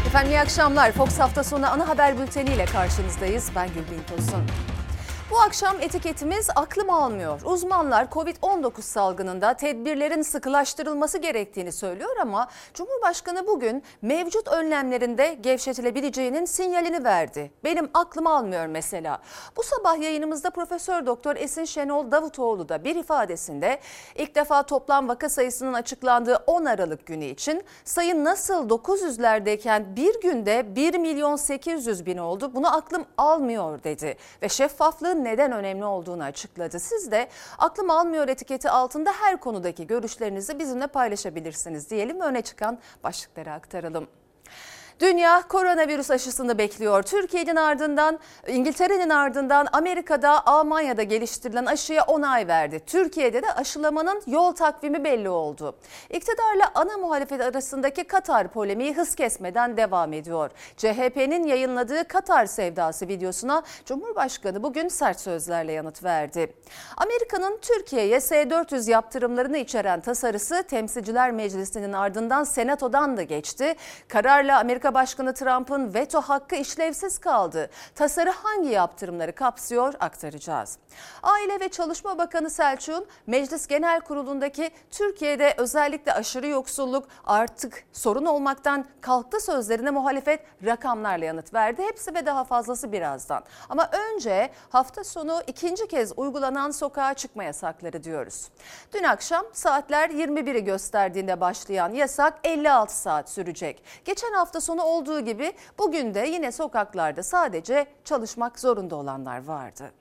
Efendim iyi akşamlar. Fox hafta sonu ana haber bülteniyle karşınızdayız. Ben Gülbin Tosun. Bu akşam etiketimiz aklım almıyor. Uzmanlar Covid-19 salgınında tedbirlerin sıkılaştırılması gerektiğini söylüyor ama Cumhurbaşkanı bugün mevcut önlemlerinde gevşetilebileceğinin sinyalini verdi. Benim aklım almıyor mesela. Bu sabah yayınımızda Profesör Doktor Esin Şenol Davutoğlu da bir ifadesinde ilk defa toplam vaka sayısının açıklandığı 10 Aralık günü için sayı nasıl 900'lerdeyken bir günde 1.800.000 oldu, bunu aklım almıyor dedi ve şeffaflığın neden önemli olduğunu açıkladı. Siz de aklım almıyor etiketi altında her konudaki görüşlerinizi bizimle paylaşabilirsiniz diyelim ve öne çıkan başlıkları aktaralım. Dünya koronavirüs aşısını bekliyor. Türkiye'nin ardından, İngiltere'nin ardından Amerika'da, Almanya'da geliştirilen aşıya onay verdi. Türkiye'de de aşılamanın yol takvimi belli oldu. İktidarla ana muhalefet arasındaki Katar polemiği hız kesmeden devam ediyor. CHP'nin yayınladığı Katar sevdası videosuna Cumhurbaşkanı bugün sert sözlerle yanıt verdi. Amerika'nın Türkiye'ye S-400 yaptırımlarını içeren tasarısı Temsilciler Meclisi'nin ardından Senato'dan da geçti. Kararla Amerika Başkanı Trump'ın veto hakkı işlevsiz kaldı. Tasarı hangi yaptırımları kapsıyor aktaracağız. Aile ve Çalışma Bakanı Selçuk'un Meclis Genel Kurulu'ndaki Türkiye'de özellikle aşırı yoksulluk artık sorun olmaktan kalktı sözlerine muhalefet rakamlarla yanıt verdi. Hepsi ve daha fazlası birazdan. Ama önce hafta sonu ikinci kez uygulanan sokağa çıkma yasakları diyoruz. Dün akşam saatler 21'i gösterdiğinde başlayan yasak 56 saat sürecek. Geçen hafta sonu olduğu gibi bugün de yine sokaklarda sadece çalışmak zorunda olanlar vardı.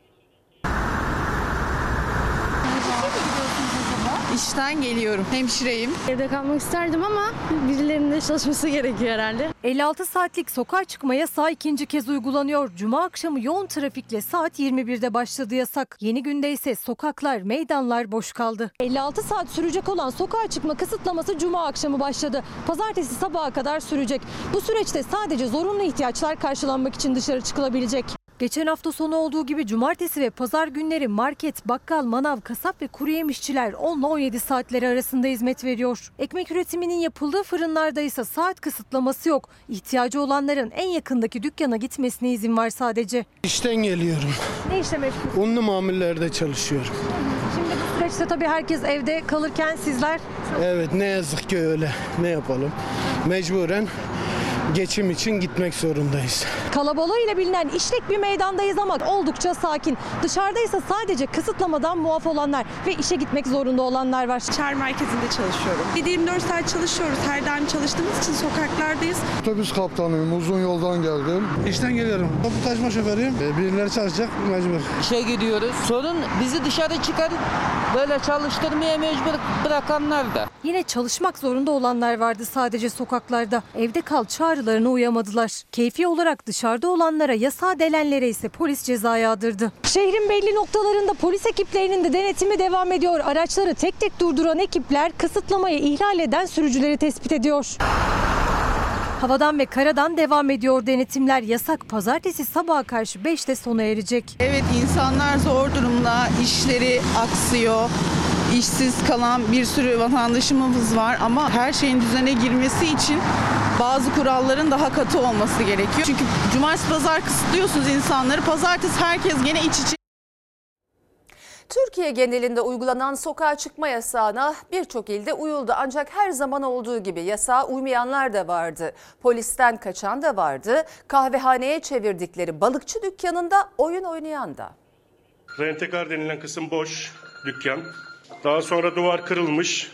İşten geliyorum. Hemşireyim. Evde kalmak isterdim ama birilerinin de çalışması gerekiyor herhalde. 56 saatlik sokağa çıkma yasağı ikinci kez uygulanıyor. Cuma akşamı yoğun trafikle saat 21'de başladı yasak. Yeni günde ise sokaklar, meydanlar boş kaldı. 56 saat sürecek olan sokağa çıkma kısıtlaması Cuma akşamı başladı. Pazartesi sabaha kadar sürecek. Bu süreçte sadece zorunlu ihtiyaçlar karşılanmak için dışarı çıkılabilecek. Geçen hafta sonu olduğu gibi cumartesi ve pazar günleri market, bakkal, manav, kasap ve kuru yemişçiler 10 ile 17 saatleri arasında hizmet veriyor. Ekmek üretiminin yapıldığı fırınlarda ise saat kısıtlaması yok. İhtiyacı olanların en yakındaki dükkana gitmesine izin var sadece. İşten geliyorum. Ne işle meşgul? Unlu mamullerde çalışıyorum. Şimdi bu süreçte tabii herkes evde kalırken sizler... Evet, ne yazık ki öyle. Ne yapalım? Mecburen geçim için gitmek zorundayız. Kalabalığıyla bilinen işlek bir meydandayız ama oldukça sakin. Dışarıda ise sadece kısıtlamadan muaf olanlar ve işe gitmek zorunda olanlar var. Çağrı merkezinde çalışıyorum. 7-24 saat çalışıyoruz. Her daim çalıştığımız için sokaklardayız. Otobüs kaptanıyım. Uzun yoldan geldim. İşten geliyorum. Toplu taşıma şoförüyüm. Birileri çalışacak, mecbur. İşe gidiyoruz. Sorun bizi dışarı çıkarıp böyle çalıştırmaya mecbur bırakanlar da. Yine çalışmak zorunda olanlar vardı sadece sokaklarda. Evde kal çağrılarına uyamadılar. Keyfi olarak dışarıda olanlara, yasağı delenlere ise polis ceza yağdırdı. Şehrin belli noktalarında polis ekiplerinin de denetimi devam ediyor. Araçları tek tek durduran ekipler kısıtlamayı ihlal eden sürücüleri tespit ediyor. Havadan ve karadan devam ediyor denetimler. Yasak pazartesi sabaha karşı 5'te sona erecek. Evet, insanlar zor durumda. İşleri aksıyor. İşsiz kalan bir sürü vatandaşımız var ama her şeyin düzene girmesi için bazı kuralların daha katı olması gerekiyor. Çünkü cumartesi pazar kısıtlıyorsunuz insanları. Pazartesi herkes gene iç içe. Türkiye genelinde uygulanan sokağa çıkma yasağına birçok ilde uyuldu. Ancak her zaman olduğu gibi yasağa uymayanlar da vardı. Polisten kaçan da vardı. Kahvehaneye çevirdikleri balıkçı dükkanında oyun oynayan da. Rentekar denilen kısım boş dükkan. Daha sonra duvar kırılmış.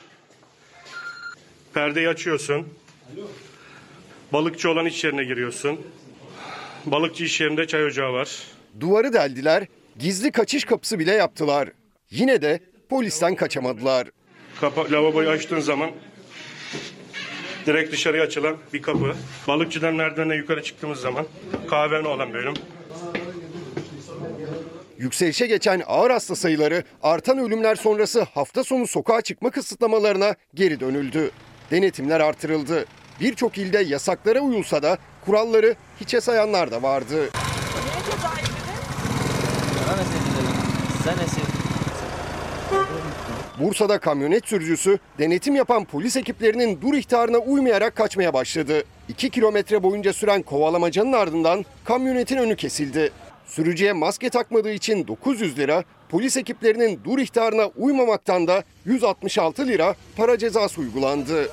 Perdeyi açıyorsun. Balıkçı olan iş yerine giriyorsun. Balıkçı iş yerinde çay ocağı var. Duvarı deldiler, gizli kaçış kapısı bile yaptılar. Yine de polisten kaçamadılar. Lavaboyu açtığın zaman direkt dışarıya açılan bir kapı. Balıkçıdan merdivene yukarı çıktığımız zaman kahvehane olan bölüm. Yükselişe geçen ağır hasta sayıları, artan ölümler sonrası hafta sonu sokağa çıkma kısıtlamalarına geri dönüldü. Denetimler artırıldı. Birçok ilde yasaklara uyulsa da kuralları hiçe sayanlar da vardı. Bursa'da kamyonet sürücüsü denetim yapan polis ekiplerinin dur ihtarına uymayarak kaçmaya başladı. 2 kilometre boyunca süren kovalamacanın ardından kamyonetin önü kesildi. Sürücüye maske takmadığı için 900 lira, polis ekiplerinin dur ihtarına uymamaktan da 166 lira para cezası uygulandı.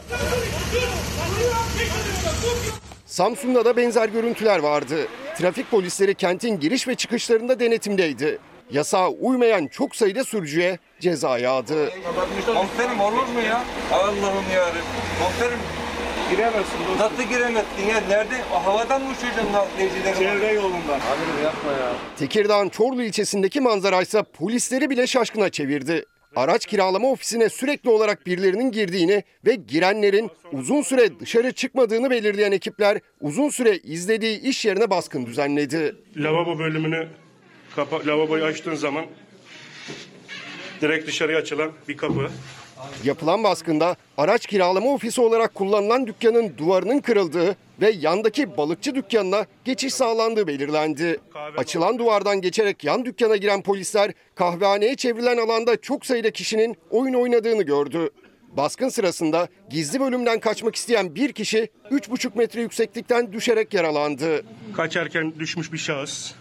Samsun'da da benzer görüntüler vardı. Trafik polisleri kentin giriş ve çıkışlarında denetimdeydi. Yasağa uymayan çok sayıda sürücüye ceza yağdı. Komiserim olur mu ya? Allah'ım yarabbim. Komiserim giremezsin. Nasıl giremezsin ya? Nerede? Havadan mı uçacaksın nakliyecileri? Çevre yolundan. Amirim yapma ya. Tekirdağ'ın Çorlu ilçesindeki manzaraysa polisleri bile şaşkına çevirdi. Araç kiralama ofisine sürekli olarak birilerinin girdiğini ve girenlerin uzun süre dışarı çıkmadığını belirleyen ekipler uzun süre izlediği iş yerine baskın düzenledi. Lavabo bölümünü lavaboyu açtığın zaman direkt dışarıya açılan bir kapı. Yapılan baskında araç kiralama ofisi olarak kullanılan dükkanın duvarının kırıldığı ve yandaki balıkçı dükkanına geçiş sağlandığı belirlendi. Açılan duvardan geçerek yan dükkana giren polisler kahvehaneye çevrilen alanda çok sayıda kişinin oyun oynadığını gördü. Baskın sırasında gizli bölümden kaçmak isteyen bir kişi 3,5 metre yükseklikten düşerek yaralandı. Kaçarken düşmüş bir şahıs.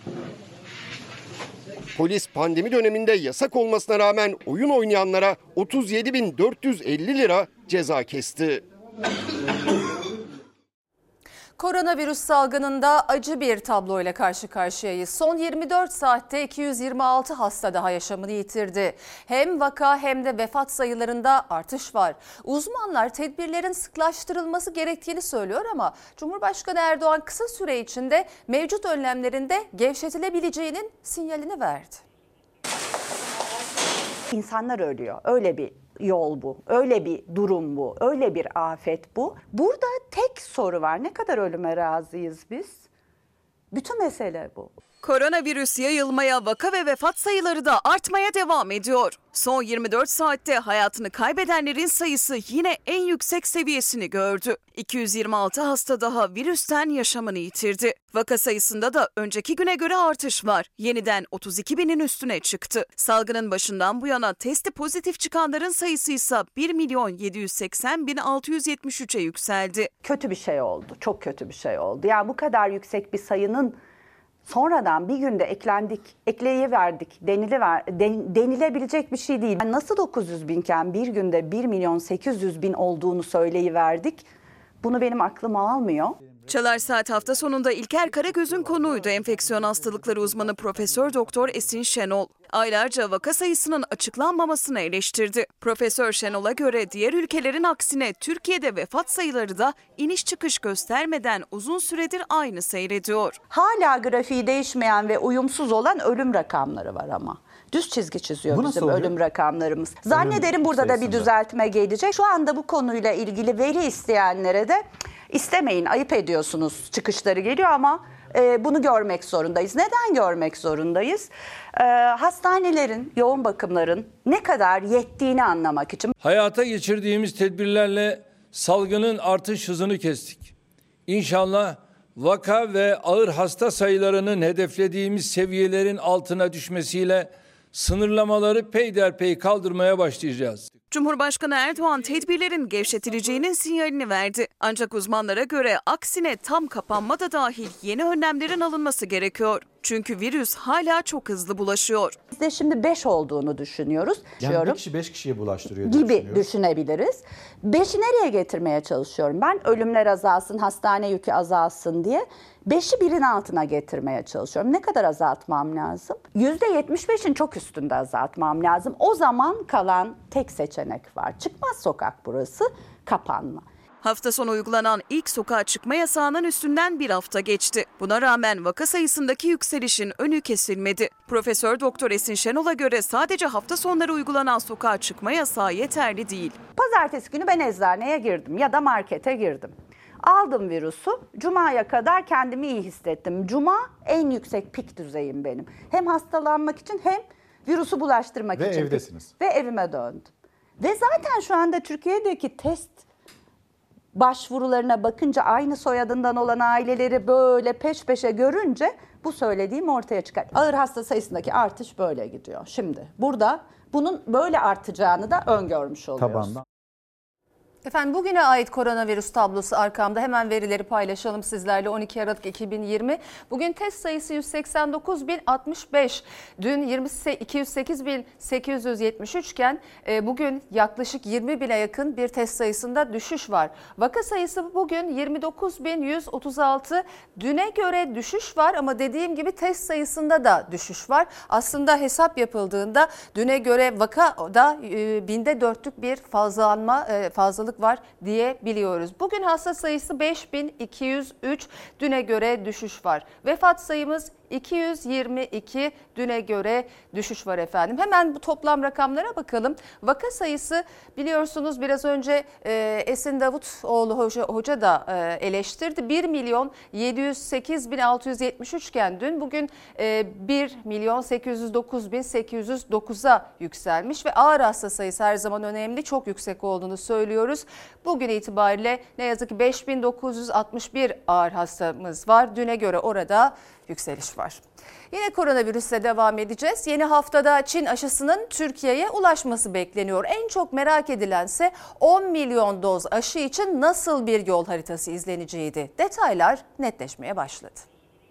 Polis pandemi döneminde yasak olmasına rağmen oyun oynayanlara 37.450 lira ceza kesti. Koronavirüs salgınında acı bir tabloyla karşı karşıyayız. Son 24 saatte 226 hasta daha yaşamını yitirdi. Hem vaka hem de vefat sayılarında artış var. Uzmanlar tedbirlerin sıklaştırılması gerektiğini söylüyor ama Cumhurbaşkanı Erdoğan kısa süre içinde mevcut önlemlerinde gevşetilebileceğinin sinyalini verdi. İnsanlar ölüyor. Öyle bir yol bu. Öyle bir durum bu. Öyle bir afet bu. Burada tek soru var. Ne kadar ölüme razıyız biz? Bütün mesele bu. Koronavirüs yayılmaya, vaka ve vefat sayıları da artmaya devam ediyor. Son 24 saatte hayatını kaybedenlerin sayısı yine en yüksek seviyesini gördü. 226 hasta daha virüsten yaşamını yitirdi. Vaka sayısında da önceki güne göre artış var. Yeniden 32 binin üstüne çıktı. Salgının başından bu yana testi pozitif çıkanların sayısı ise 1.780.673'e yükseldi. Kötü bir şey oldu. Çok kötü bir şey oldu. Yani bu kadar yüksek bir sayının sonradan bir günde ekleyiverdik denilebilecek bir şey değil. Yani nasıl 900 binken bir günde 1.800.000 olduğunu söyleyiverdik? Bunu benim aklım almıyor. Çalar Saat hafta sonunda İlker Karagöz'ün konuğuydu enfeksiyon hastalıkları uzmanı Profesör Doktor Esin Şenol. Aylarca vaka sayısının açıklanmamasını eleştirdi. Profesör Şenol'a göre diğer ülkelerin aksine Türkiye'de vefat sayıları da iniş çıkış göstermeden uzun süredir aynı seyrediyor. Hala grafiği değişmeyen ve uyumsuz olan ölüm rakamları var ama. Düz çizgi çiziyor bizim ölüm rakamlarımız. Zannederim burada da bir düzeltme gelecek. Şu anda bu konuyla ilgili veri isteyenlere de istemeyin, ayıp ediyorsunuz çıkışları geliyor ama bunu görmek zorundayız. Neden görmek zorundayız? Hastanelerin, yoğun bakımların ne kadar yettiğini anlamak için. Hayata geçirdiğimiz tedbirlerle salgının artış hızını kestik. İnşallah vaka ve ağır hasta sayılarının hedeflediğimiz seviyelerin altına düşmesiyle sınırlamaları peyderpey kaldırmaya başlayacağız. Cumhurbaşkanı Erdoğan tedbirlerin gevşetileceğinin sinyalini verdi. Ancak uzmanlara göre aksine tam kapanma da dahil yeni önlemlerin alınması gerekiyor. Çünkü virüs hala çok hızlı bulaşıyor. Biz de şimdi 5 olduğunu düşünüyoruz. Yani bir kişi 5 kişiye bulaştırıyor gibi düşünebiliriz. 5'i nereye getirmeye çalışıyorum? Ben ölümler azalsın, hastane yükü azalsın diye 5'i birin altına getirmeye çalışıyorum. Ne kadar azaltmam lazım? %75'in çok üstünde azaltmam lazım. O zaman kalan tek seçenek var. Çıkmaz sokak burası, kapanma. Hafta sonu uygulanan ilk sokağa çıkma yasağının üstünden bir hafta geçti. Buna rağmen vaka sayısındaki yükselişin önü kesilmedi. Profesör Doktor Esin Şenol'a göre sadece hafta sonları uygulanan sokağa çıkma yasağı yeterli değil. Pazartesi günü ben eczaneye girdim ya da markete girdim. Aldım virüsü. Cuma'ya kadar kendimi iyi hissettim. Cuma en yüksek pik düzeyim benim. Hem hastalanmak için hem virüsü bulaştırmak için. Ve evdesiniz. Ve evime döndüm. Ve zaten şu anda Türkiye'deki test başvurularına bakınca aynı soyadından olan aileleri böyle peş peşe görünce bu söylediğim ortaya çıkar. Ağır hasta sayısındaki artış böyle gidiyor. Şimdi burada bunun böyle artacağını da öngörmüş oluyoruz. Tabandan. Efendim bugüne ait koronavirüs tablosu arkamda. Hemen verileri paylaşalım sizlerle. 12 Aralık 2020. Bugün test sayısı 189.065. Dün 208.873 iken bugün yaklaşık 20.000'e yakın bir test sayısında düşüş var. Vaka sayısı bugün 29.136. Düne göre düşüş var ama dediğim gibi test sayısında da düşüş var. Aslında hesap yapıldığında düne göre vakada 1000'de 4'lük bir fazlalık var diyebiliyoruz. Bugün hasta sayısı 5203, düne göre düşüş var. Vefat sayımız 222, düne göre düşüş var efendim. Hemen bu toplam rakamlara bakalım. Vaka sayısı biliyorsunuz biraz önce Esin Davutoğlu hoca da eleştirdi. 1.708.673 iken dün bugün 1.809.809'a yükselmiş ve ağır hasta sayısı her zaman önemli, çok yüksek olduğunu söylüyoruz. Bugün itibariyle ne yazık ki 5.961 ağır hastamız var. Düne göre orada yükseliş var. Yine koronavirüsle devam edeceğiz. Yeni haftada Çin aşısının Türkiye'ye ulaşması bekleniyor. En çok merak edilense 10 milyon doz aşı için nasıl bir yol haritası izleneceğiydi. Detaylar netleşmeye başladı.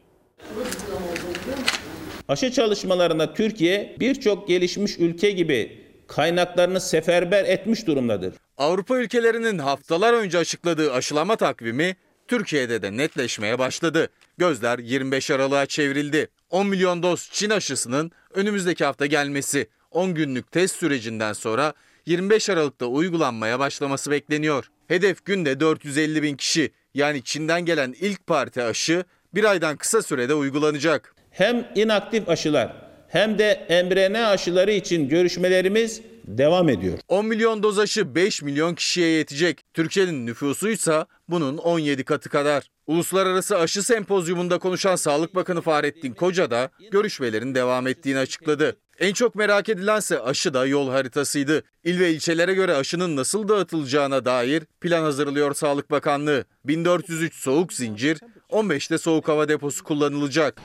Aşı çalışmalarında Türkiye birçok gelişmiş ülke gibi kaynaklarını seferber etmiş durumdadır. Avrupa ülkelerinin haftalar önce açıkladığı aşılama takvimi Türkiye'de de netleşmeye başladı. Gözler 25 Aralık'a çevrildi. 10 milyon doz Çin aşısının önümüzdeki hafta gelmesi, 10 günlük test sürecinden sonra 25 Aralık'ta uygulanmaya başlaması bekleniyor. Hedef günde 450.000 kişi, yani Çin'den gelen ilk parti aşı bir aydan kısa sürede uygulanacak. Hem inaktif aşılar hem de mRNA aşıları için görüşmelerimiz devam ediyor. 10 milyon doz aşı 5 milyon kişiye yetecek. Türkiye'nin nüfusuysa bunun 17 katı kadar. Uluslararası Aşı Sempozyumunda konuşan Sağlık Bakanı Fahrettin Koca da görüşmelerin devam ettiğini açıkladı. En çok merak edilense aşı da yol haritasıydı. İl ve ilçelere göre aşının nasıl dağıtılacağına dair plan hazırlıyor Sağlık Bakanlığı. 1403 soğuk zincir, 15'te soğuk hava deposu kullanılacak.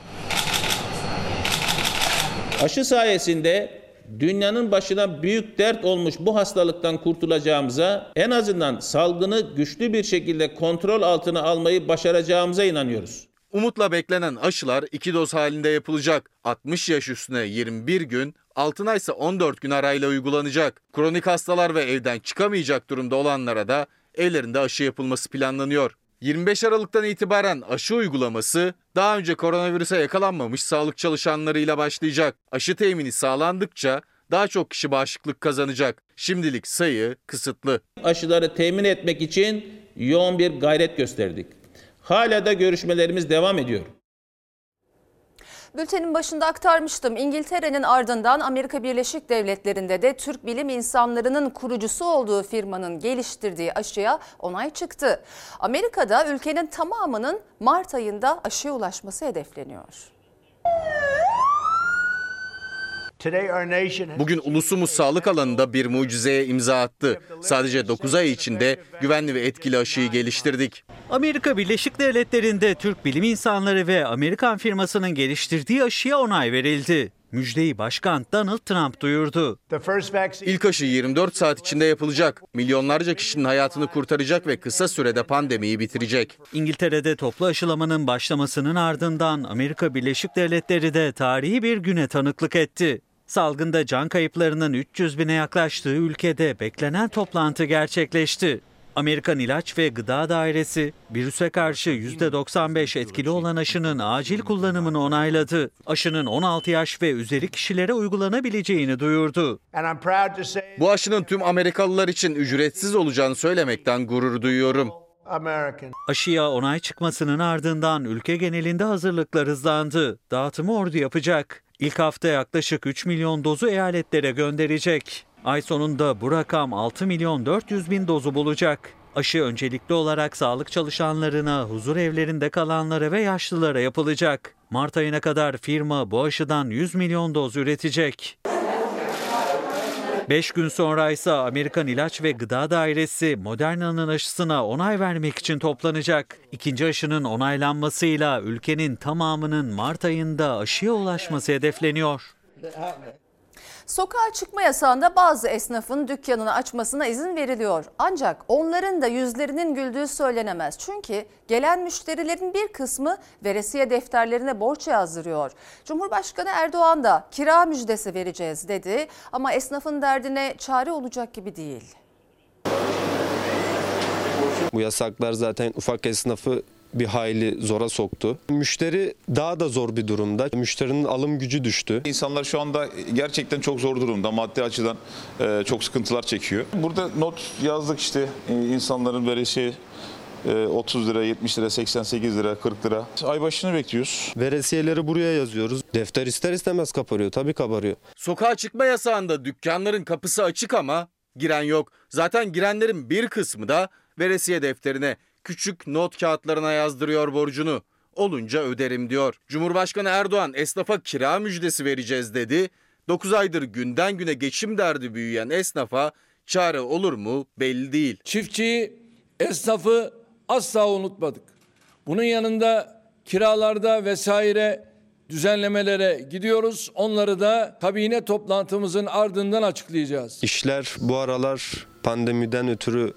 Aşı sayesinde dünyanın başına büyük dert olmuş bu hastalıktan kurtulacağımıza, en azından salgını güçlü bir şekilde kontrol altına almayı başaracağımıza inanıyoruz. Umutla beklenen aşılar 2 doz halinde yapılacak. 60 yaş üstüne 21 gün, altına ise 14 gün arayla uygulanacak. Kronik hastalar ve evden çıkamayacak durumda olanlara da evlerinde aşı yapılması planlanıyor. 25 Aralık'tan itibaren aşı uygulaması daha önce koronavirüse yakalanmamış sağlık çalışanlarıyla başlayacak. Aşı temini sağlandıkça daha çok kişi bağışıklık kazanacak. Şimdilik sayı kısıtlı. Aşıları temin etmek için yoğun bir gayret gösterdik. Hala da görüşmelerimiz devam ediyor. Bültenin başında aktarmıştım. İngiltere'nin ardından Amerika Birleşik Devletleri'nde de Türk bilim insanlarının kurucusu olduğu firmanın geliştirdiği aşıya onay çıktı. Amerika'da ülkenin tamamının Mart ayında aşıya ulaşması hedefleniyor. Bugün ulusumuz sağlık alanında bir mucizeye imza attı. Sadece 9 ay içinde güvenli ve etkili aşıyı geliştirdik. Amerika Birleşik Devletleri'nde Türk bilim insanları ve Amerikan firmasının geliştirdiği aşıya onay verildi. Müjdeyi Başkan Donald Trump duyurdu. İlk aşı 24 saat içinde yapılacak. Milyonlarca kişinin hayatını kurtaracak ve kısa sürede pandemiyi bitirecek. İngiltere'de toplu aşılamanın başlamasının ardından Amerika Birleşik Devletleri de tarihi bir güne tanıklık etti. Salgında can kayıplarının 300 bine yaklaştığı ülkede beklenen toplantı gerçekleşti. Amerikan İlaç ve Gıda Dairesi virüse karşı %95 etkili olan aşının acil kullanımını onayladı. Aşının 16 yaş ve üzeri kişilere uygulanabileceğini duyurdu. Bu aşının tüm Amerikalılar için ücretsiz olacağını söylemekten gurur duyuyorum. Aşıya onay çıkmasının ardından ülke genelinde hazırlıklar hızlandı. Dağıtımı ordu yapacak. İlk hafta yaklaşık 3 milyon dozu eyaletlere gönderecek. Ay sonunda bu rakam 6 milyon 400 bin dozu bulacak. Aşı öncelikli olarak sağlık çalışanlarına, huzur evlerinde kalanlara ve yaşlılara yapılacak. Mart ayına kadar firma bu aşıdan 100 milyon doz üretecek. 5 gün sonra ise Amerikan İlaç ve Gıda Dairesi Moderna'nın aşısına onay vermek için toplanacak. İkinci aşının onaylanmasıyla ülkenin tamamının Mart ayında aşıya ulaşması hedefleniyor. Sokağa çıkma yasağında bazı esnafın dükkanını açmasına izin veriliyor. Ancak onların da yüzlerinin güldüğü söylenemez. Çünkü gelen müşterilerin bir kısmı veresiye defterlerine borç yazdırıyor. Cumhurbaşkanı Erdoğan da kira müjdesi vereceğiz dedi ama esnafın derdine çare olacak gibi değil. Bu yasaklar zaten ufak esnafı bir hayli zora soktu. Müşteri daha da zor bir durumda. Müşterinin alım gücü düştü. İnsanlar şu anda gerçekten çok zor durumda. Maddi açıdan çok sıkıntılar çekiyor. Burada not yazdık işte insanların veresiye 30 lira, 70 lira, 88 lira, 40 lira. Ay başını bekliyoruz. Veresiyeleri buraya yazıyoruz. Defter ister istemez kabarıyor. Tabii kabarıyor. Sokağa çıkma yasağında dükkanların kapısı açık ama giren yok. Zaten girenlerin bir kısmı da veresiye defterine, küçük not kağıtlarına yazdırıyor borcunu. Olunca öderim diyor. Cumhurbaşkanı Erdoğan esnafa kira müjdesi vereceğiz dedi. 9 aydır günden güne geçim derdi büyüyen esnafa çare olur mu belli değil. Çiftçiyi, esnafı asla unutmadık. Bunun yanında kiralarda vesaire düzenlemelere gidiyoruz. Onları da kabine toplantımızın ardından açıklayacağız. İşler bu aralar pandemiden ötürü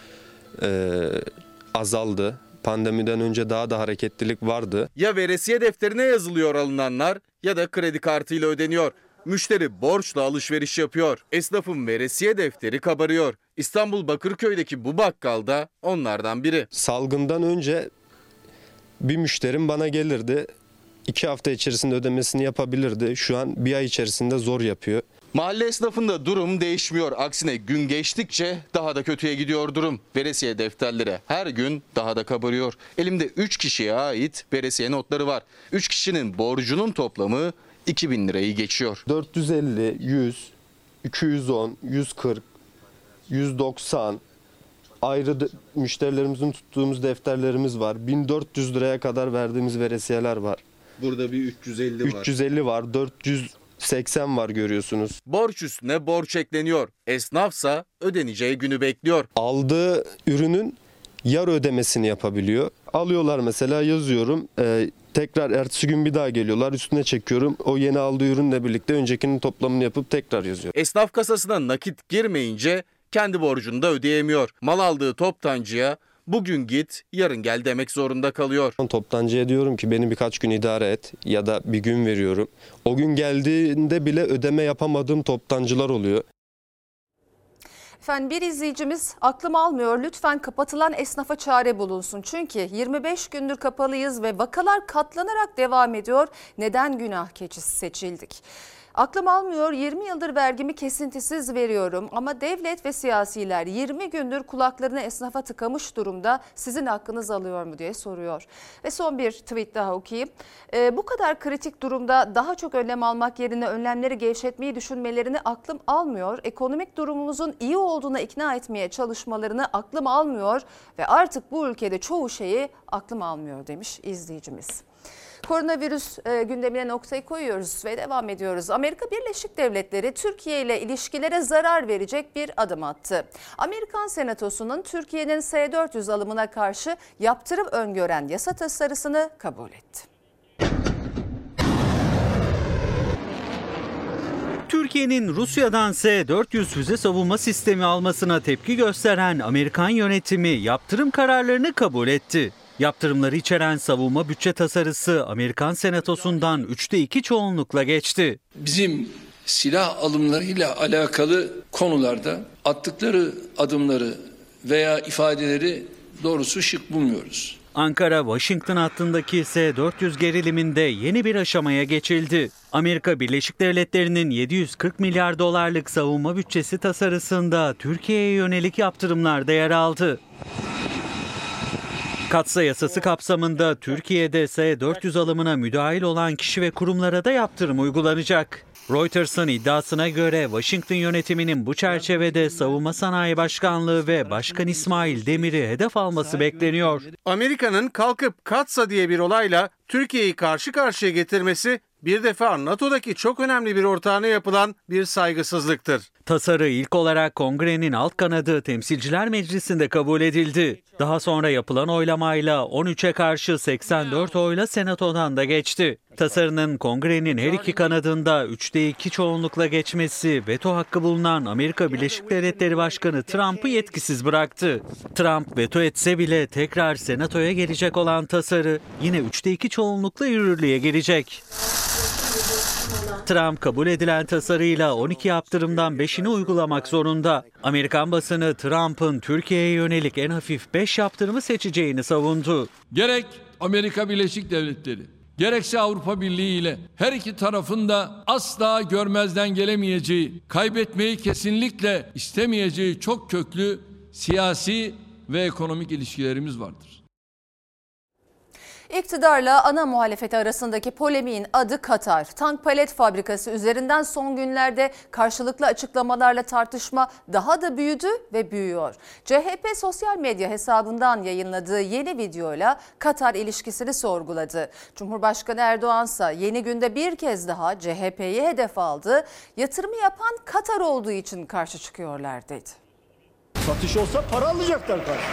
azaldı. Pandemiden önce daha da hareketlilik vardı. Ya veresiye defterine yazılıyor alınanlar ya da kredi kartıyla ödeniyor. Müşteri borçla alışveriş yapıyor. Esnafın veresiye defteri kabarıyor. İstanbul Bakırköy'deki bu bakkal da onlardan biri. Salgından önce bir müşterim bana gelirdi. 2 hafta içerisinde ödemesini yapabilirdi. Şu an bir ay içerisinde zor yapıyor. Mahalle esnafında durum değişmiyor. Aksine gün geçtikçe daha da kötüye gidiyor durum. Veresiye defterleri her gün daha da kabarıyor. Elimde 3 kişiye ait veresiye notları var. 3 kişinin borcunun toplamı 2000 lirayı geçiyor. 450, 100, 210, 140, 190 ayrı müşterilerimizin tuttuğumuz defterlerimiz var. 1400 liraya kadar verdiğimiz veresiyeler var. Burada bir 350 var. 350 var, 480 var görüyorsunuz. Borç üstüne borç ekleniyor. Esnafsa ödeneceği günü bekliyor. Aldığı ürünün yarı ödemesini yapabiliyor. Alıyorlar mesela, yazıyorum. Tekrar ertesi gün bir daha geliyorlar, üstüne çekiyorum. O yeni aldığı ürünle birlikte öncekinin toplamını yapıp tekrar yazıyor. Esnaf kasasına nakit girmeyince kendi borcunu da ödeyemiyor. Mal aldığı toptancıya bugün git, yarın gel demek zorunda kalıyor. Toptancıya diyorum ki beni birkaç gün idare et ya da bir gün veriyorum. O gün geldiğinde bile ödeme yapamadığım toptancılar oluyor. Efendim bir izleyicimiz aklım almıyor, lütfen kapatılan esnafa çare bulunsun. Çünkü 25 gündür kapalıyız ve vakalar katlanarak devam ediyor. Neden günah keçisi seçildik? Aklım almıyor, 20 yıldır vergimi kesintisiz veriyorum ama devlet ve siyasiler 20 gündür kulaklarını esnafa tıkamış durumda, sizin hakkınız alıyor mu diye soruyor. Ve son bir tweet daha okuyayım. Bu kadar kritik durumda daha çok önlem almak yerine önlemleri gevşetmeyi düşünmelerini aklım almıyor. Ekonomik durumumuzun iyi olduğuna ikna etmeye çalışmalarını aklım almıyor ve artık bu ülkede çoğu şeyi aklım almıyor demiş izleyicimiz. Koronavirüs gündemine noktayı koyuyoruz ve devam ediyoruz. Amerika Birleşik Devletleri Türkiye ile ilişkilere zarar verecek bir adım attı. Amerikan Senatosu'nun Türkiye'nin S-400 alımına karşı yaptırım öngören yasa tasarısını kabul etti. Türkiye'nin Rusya'dan S-400 füze savunma sistemi almasına tepki gösteren Amerikan yönetimi yaptırım kararlarını kabul etti. Yaptırımları içeren savunma bütçe tasarısı Amerikan Senatosu'ndan 3'te 2 çoğunlukla geçti. Bizim silah alımlarıyla alakalı konularda attıkları adımları veya ifadeleri doğrusu şık bulmuyoruz. Ankara-Washington hattındaki S-400 geriliminde yeni bir aşamaya geçildi. Amerika Birleşik Devletleri'nin 740 milyar dolarlık savunma bütçesi tasarısında Türkiye'ye yönelik yaptırımlar da yer aldı. Katsa yasası kapsamında Türkiye'de S-400 alımına müdahil olan kişi ve kurumlara da yaptırım uygulanacak. Reuters'ın iddiasına göre Washington yönetiminin bu çerçevede Savunma Sanayi Başkanlığı ve Başkan İsmail Demir'i hedef alması bekleniyor. Amerika'nın kalkıp Katsa diye bir olayla Türkiye'yi karşı karşıya getirmesi bir defa NATO'daki çok önemli bir ortağına yapılan bir saygısızlıktır. Tasarı ilk olarak Kongre'nin alt kanadı Temsilciler Meclisi'nde kabul edildi. Daha sonra yapılan oylamayla 13'e karşı 84 oyla Senato'dan da geçti. Tasarının Kongre'nin her iki kanadında 3'te 2 çoğunlukla geçmesi veto hakkı bulunan Amerika Birleşik Devletleri Başkanı Trump'ı yetkisiz bıraktı. Trump veto etse bile tekrar Senato'ya gelecek olan tasarı yine 3'te 2 çoğunlukla yürürlüğe girecek. Trump kabul edilen tasarıyla 12 yaptırımdan 5'ini uygulamak zorunda. Amerikan basını Trump'ın Türkiye'ye yönelik en hafif 5 yaptırımı seçeceğini savundu. Gerek Amerika Birleşik Devletleri, gerekse Avrupa Birliği ile her iki tarafın da asla görmezden gelemeyeceği, kaybetmeyi kesinlikle istemeyeceği çok köklü siyasi ve ekonomik ilişkilerimiz vardır. İktidarla ana muhalefeti arasındaki polemiğin adı Katar. Tank palet fabrikası üzerinden son günlerde karşılıklı açıklamalarla tartışma daha da büyüdü ve büyüyor. CHP sosyal medya hesabından yayınladığı yeni videoyla Katar ilişkisini sorguladı. Cumhurbaşkanı Erdoğan ise Yeni Günde bir kez daha CHP'yi hedef aldı. Yatırımı yapan Katar olduğu için karşı çıkıyorlar dedi. Satış olsa para alacaklar karşı.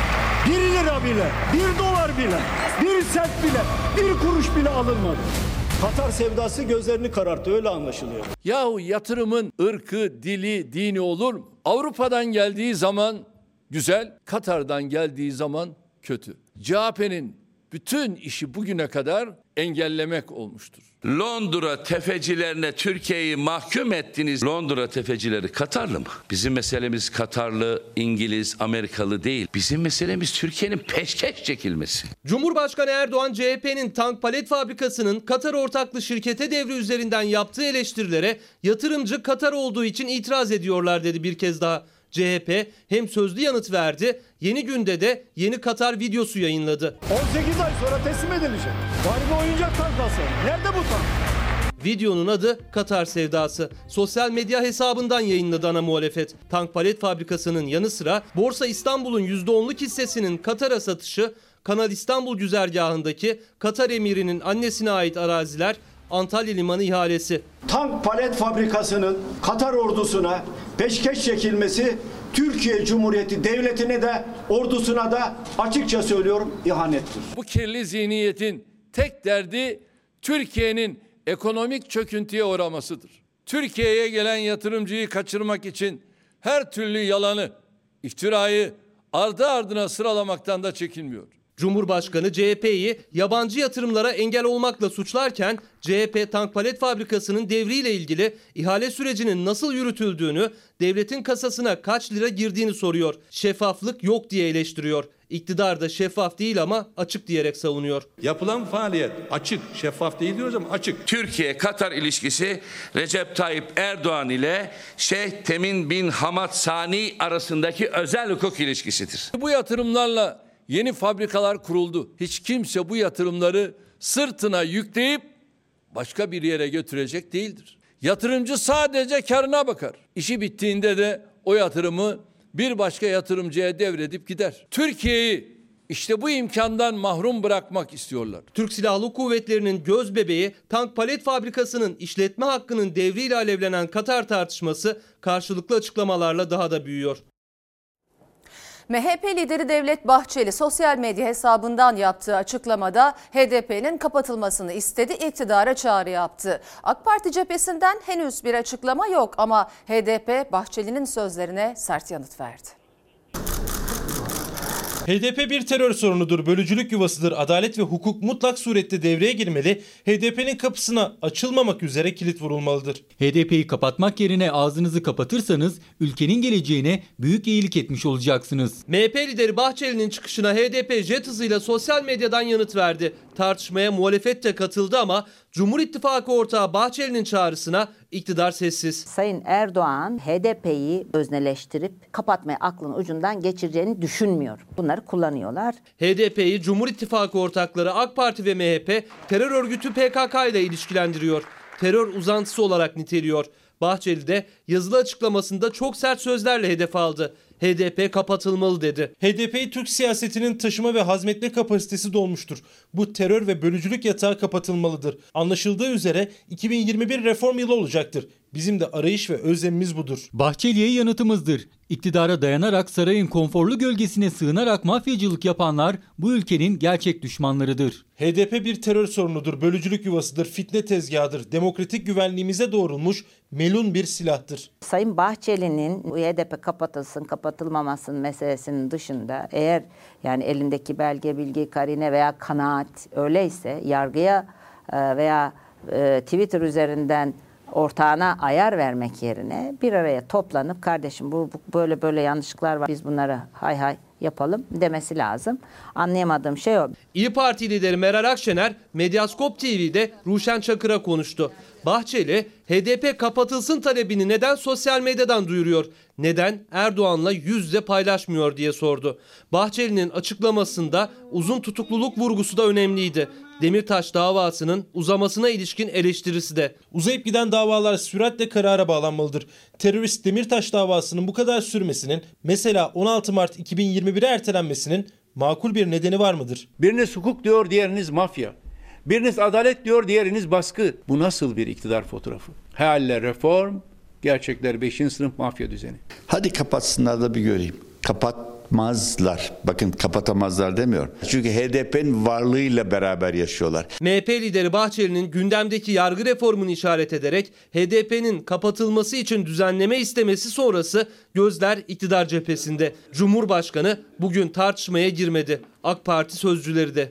1 lira bile, 1 dolar bile, 1 sent bile, 1 kuruş bile alınmadı. Katar sevdası gözlerini kararttı, öyle anlaşılıyor. Yahu yatırımın ırkı, dili, dini olur mu? Avrupa'dan geldiği zaman güzel, Katar'dan geldiği zaman kötü. CHP'nin bütün işi bugüne kadar engellemek olmuştur. Londra tefecilerine Türkiye'yi mahkum ettiniz. Londra tefecileri Katarlı mı? Bizim meselemiz Katarlı, İngiliz, Amerikalı değil. Bizim meselemiz Türkiye'nin peşkeş çekilmesi. Cumhurbaşkanı Erdoğan CHP'nin tank palet fabrikasının Katar ortaklı şirkete devri üzerinden yaptığı eleştirilere yatırımcı Katar olduğu için itiraz ediyorlar dedi bir kez daha. CHP hem sözlü yanıt verdi, Yeni Günde de yeni Katar videosu yayınladı. 18 ay sonra teslim edilecek. Var bir oyuncak tankası. Nerede bu tank? Videonun adı Katar Sevdası. Sosyal medya hesabından yayınladı ana muhalefet. Tank palet fabrikasının yanı sıra Borsa İstanbul'un %10'luk hissesinin Katar'a satışı, Kanal İstanbul güzergahındaki Katar emirinin annesine ait araziler, Antalya Limanı ihalesi. Tank palet fabrikasının Katar ordusuna peşkeş çekilmesi Türkiye Cumhuriyeti Devleti'ne de ordusuna da açıkça söylüyorum ihanettir. Bu kirli zihniyetin tek derdi Türkiye'nin ekonomik çöküntüye uğramasıdır. Türkiye'ye gelen yatırımcıyı kaçırmak için her türlü yalanı, iftirayı ardı ardına sıralamaktan da çekinmiyor. Cumhurbaşkanı CHP'yi yabancı yatırımlara engel olmakla suçlarken CHP tank palet fabrikasının devriyle ilgili ihale sürecinin nasıl yürütüldüğünü, devletin kasasına kaç lira girdiğini soruyor. Şeffaflık yok diye eleştiriyor. İktidar da şeffaf değil ama açık diyerek savunuyor. Yapılan faaliyet açık, şeffaf değil diyoruz ama açık. Türkiye-Katar ilişkisi Recep Tayyip Erdoğan ile Şeyh Temin bin Hamad Sani arasındaki özel hukuk ilişkisidir. Bu yatırımlarla yeni fabrikalar kuruldu. Hiç kimse bu yatırımları sırtına yükleyip başka bir yere götürecek değildir. Yatırımcı sadece karına bakar. İşi bittiğinde de o yatırımı bir başka yatırımcıya devredip gider. Türkiye'yi işte bu imkandan mahrum bırakmak istiyorlar. Türk Silahlı Kuvvetleri'nin göz bebeği tank palet fabrikasının işletme hakkının devriyle alevlenen Katar tartışması karşılıklı açıklamalarla daha da büyüyor. MHP lideri Devlet Bahçeli sosyal medya hesabından yaptığı açıklamada HDP'nin kapatılmasını istedi, iktidara çağrı yaptı. AK Parti cephesinden henüz bir açıklama yok ama HDP Bahçeli'nin sözlerine sert yanıt verdi. HDP bir terör sorunudur, bölücülük yuvasıdır, adalet ve hukuk mutlak surette devreye girmeli, HDP'nin kapısına açılmamak üzere kilit vurulmalıdır. HDP'yi kapatmak yerine ağzınızı kapatırsanız ülkenin geleceğine büyük iyilik etmiş olacaksınız. MHP lideri Bahçeli'nin çıkışına HDP jet hızıyla sosyal medyadan yanıt verdi. Tartışmaya muhalefet de katıldı ama Cumhur İttifakı ortağı Bahçeli'nin çağrısına iktidar sessiz. Sayın Erdoğan HDP'yi özneleştirip kapatmayı aklın ucundan geçireceğini düşünmüyor. Bunları kullanıyorlar. HDP'yi Cumhur İttifakı ortakları AK Parti ve MHP terör örgütü PKK ile ilişkilendiriyor. Terör uzantısı olarak niteliyor. Bahçeli de yazılı açıklamasında çok sert sözlerle hedef aldı. HDP kapatılmalı dedi. HDP'yi Türk siyasetinin taşıma ve hazmetme kapasitesi dolmuştur. Bu terör ve bölücülük yatağı kapatılmalıdır. Anlaşıldığı üzere 2021 reform yılı olacaktır. Bizim de arayış ve özlemimiz budur. Bahçeli'ye yanıtımızdır. İktidara dayanarak sarayın konforlu gölgesine sığınarak mafyacılık yapanlar bu ülkenin gerçek düşmanlarıdır. HDP bir terör sorunudur, bölücülük yuvasıdır, fitne tezgahıdır, demokratik güvenliğimize doğrulmuş melun bir silahtır. Sayın Bahçeli'nin HDP kapatılsın kapatılmamasın meselesinin dışında eğer yani elindeki belge, bilgi, karine veya kanaat öyleyse yargıya veya Twitter üzerinden ortağına ayar vermek yerine bir araya toplanıp kardeşim bu böyle yanlışlıklar var biz bunları hay yapalım demesi lazım. Anlayamadığım şey o. İYİ Parti lideri Meral Akşener Medyaskop TV'de Ruşen Çakır'a konuştu. Bahçeli HDP kapatılsın talebini neden sosyal medyadan duyuruyor? Neden Erdoğan'la yüz yüze paylaşmıyor diye sordu. Bahçeli'nin açıklamasında uzun tutukluluk vurgusu da önemliydi. Demirtaş davasının uzamasına ilişkin eleştirisi de. Uzayıp giden davalar süratle karara bağlanmalıdır. Terörist Demirtaş davasının bu kadar sürmesinin mesela 16 Mart 2021'e ertelenmesinin makul bir nedeni var mıdır? Biriniz hukuk diyor, diğeriniz mafya. Biriniz adalet diyor, diğeriniz baskı. Bu nasıl bir iktidar fotoğrafı? Hayaller reform, gerçekler 5. sınıf mafya düzeni. Hadi kapatsınlar da bir göreyim. Kapatmazlar. Bakın kapatamazlar demiyor. Çünkü HDP'nin varlığıyla beraber yaşıyorlar. MHP lideri Bahçeli'nin gündemdeki yargı reformunu işaret ederek HDP'nin kapatılması için düzenleme istemesi sonrası gözler iktidar cephesinde. Cumhurbaşkanı bugün tartışmaya girmedi. AK Parti sözcüleri de.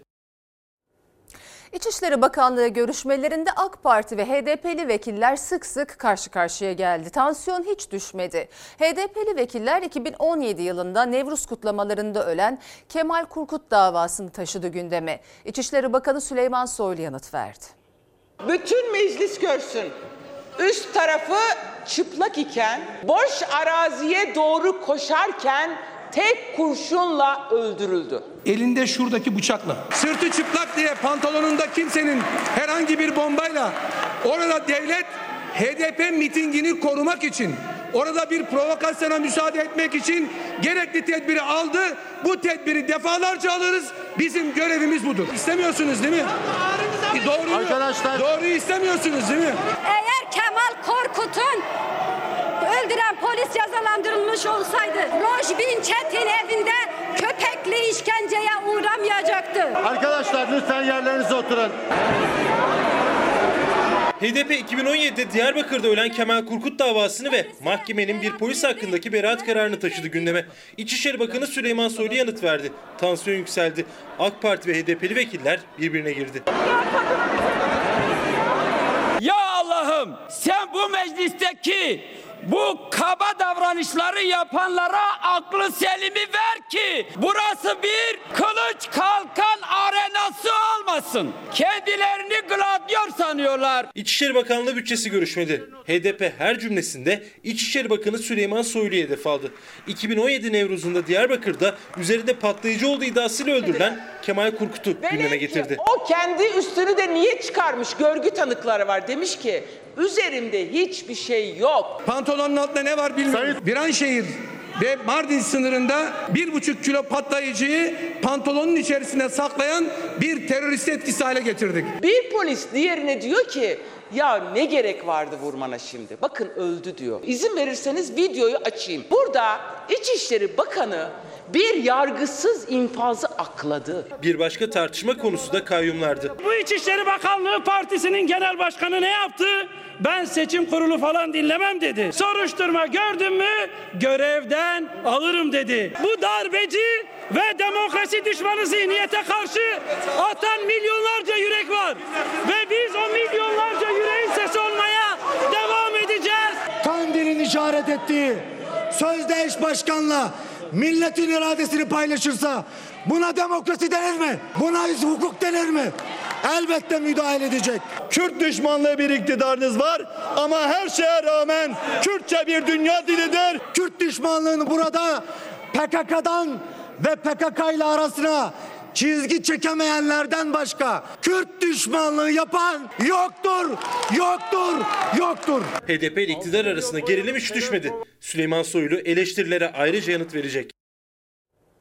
İçişleri Bakanlığı görüşmelerinde AK Parti ve HDP'li vekiller sık sık karşı karşıya geldi. Tansiyon hiç düşmedi. HDP'li vekiller 2017 yılında Nevruz kutlamalarında ölen Kemal Kurkut davasını taşıdı gündeme. İçişleri Bakanı Süleyman Soylu yanıt verdi. Bütün meclis görsün. Üst tarafı çıplak iken, boş araziye doğru koşarken tek kurşunla öldürüldü. Elinde şuradaki bıçakla, sırtı çıplak diye pantolonunda kimsenin herhangi bir bombayla orada devlet HDP mitingini korumak için, orada bir provokasyona müsaade etmek için gerekli tedbiri aldı. Bu tedbiri defalarca alırız. Bizim görevimiz budur. İstemiyorsunuz değil mi? Doğruyu istemiyorsunuz değil mi? Eğer Kemal Korkut'un öldüren polis yazalandırılmış olsaydı Rojbin Çetin evinde köpekli işkenceye uğramayacaktı. Arkadaşlar lütfen yerlerinize oturun. HDP 2017'de Diyarbakır'da ölen Kemal Kurkut davasını ve mahkemenin bir polis hakkındaki beraat kararını taşıdı gündeme. İçişleri Bakanı Süleyman Soylu yanıt verdi. Tansiyon yükseldi. AK Parti ve HDP'li vekiller birbirine girdi. Ya Allah'ım sen bu meclisteki bu kaba davranışları yapanlara aklı selimi ver ki burası bir kılıç kalkan arenası olmasın. Kendilerini gladyör sanıyorlar. İçişleri Bakanlığı bütçesi görüşmedi. HDP her cümlesinde İçişleri Bakanı Süleyman Soylu'ya hedef aldı. 2017 Nevruz'unda Diyarbakır'da üzerinde patlayıcı olduğu iddiasıyla öldürülen Kemal Kurkut'u gündeme getirdi. O kendi üstünü de niye çıkarmış? Görgü tanıkları var. Demiş ki üzerimde hiçbir şey yok. Pantolonun altında ne var bilmiyorum. Viranşehir ve Mardin sınırında 1,5 kilo patlayıcıyı pantolonun içerisine saklayan bir terörist etkisi hale getirdik. Bir polis diğerine diyor ki ya ne gerek vardı vurmana şimdi? Bakın öldü diyor. İzin verirseniz videoyu açayım. Burada İçişleri Bakanı bir yargısız infazı akladı. Bir başka tartışma konusu da kayyumlardı. Bu İçişleri Bakanlığı Partisi'nin genel başkanı ne yaptı? Ben seçim kurulu falan dinlemem dedi. Soruşturma gördün mü görevden alırım dedi. Bu darbeci ve demokrasi düşmanı zihniyete karşı atan milyonlarca yürek var. Ve biz o milyonlarca yüreğin sesi olmaya devam edeceğiz. Kandil'in işaret ettiği sözde eş başkanla milletin iradesini paylaşırsa buna demokrasi denir mi? Buna hukuk denir mi? Elbette müdahale edecek. Kürt düşmanlığı bir iktidarınız var ama her şeye rağmen Kürtçe bir dünya dilidir. Kürt düşmanlığını burada PKK'dan ve PKK ile arasına çizgi çekemeyenlerden başka Kürt düşmanlığı yapan yoktur, yoktur, yoktur. HDP ile iktidar arasında gerilim hiç düşmedi. Süleyman Soylu eleştirilere ayrıca yanıt verecek.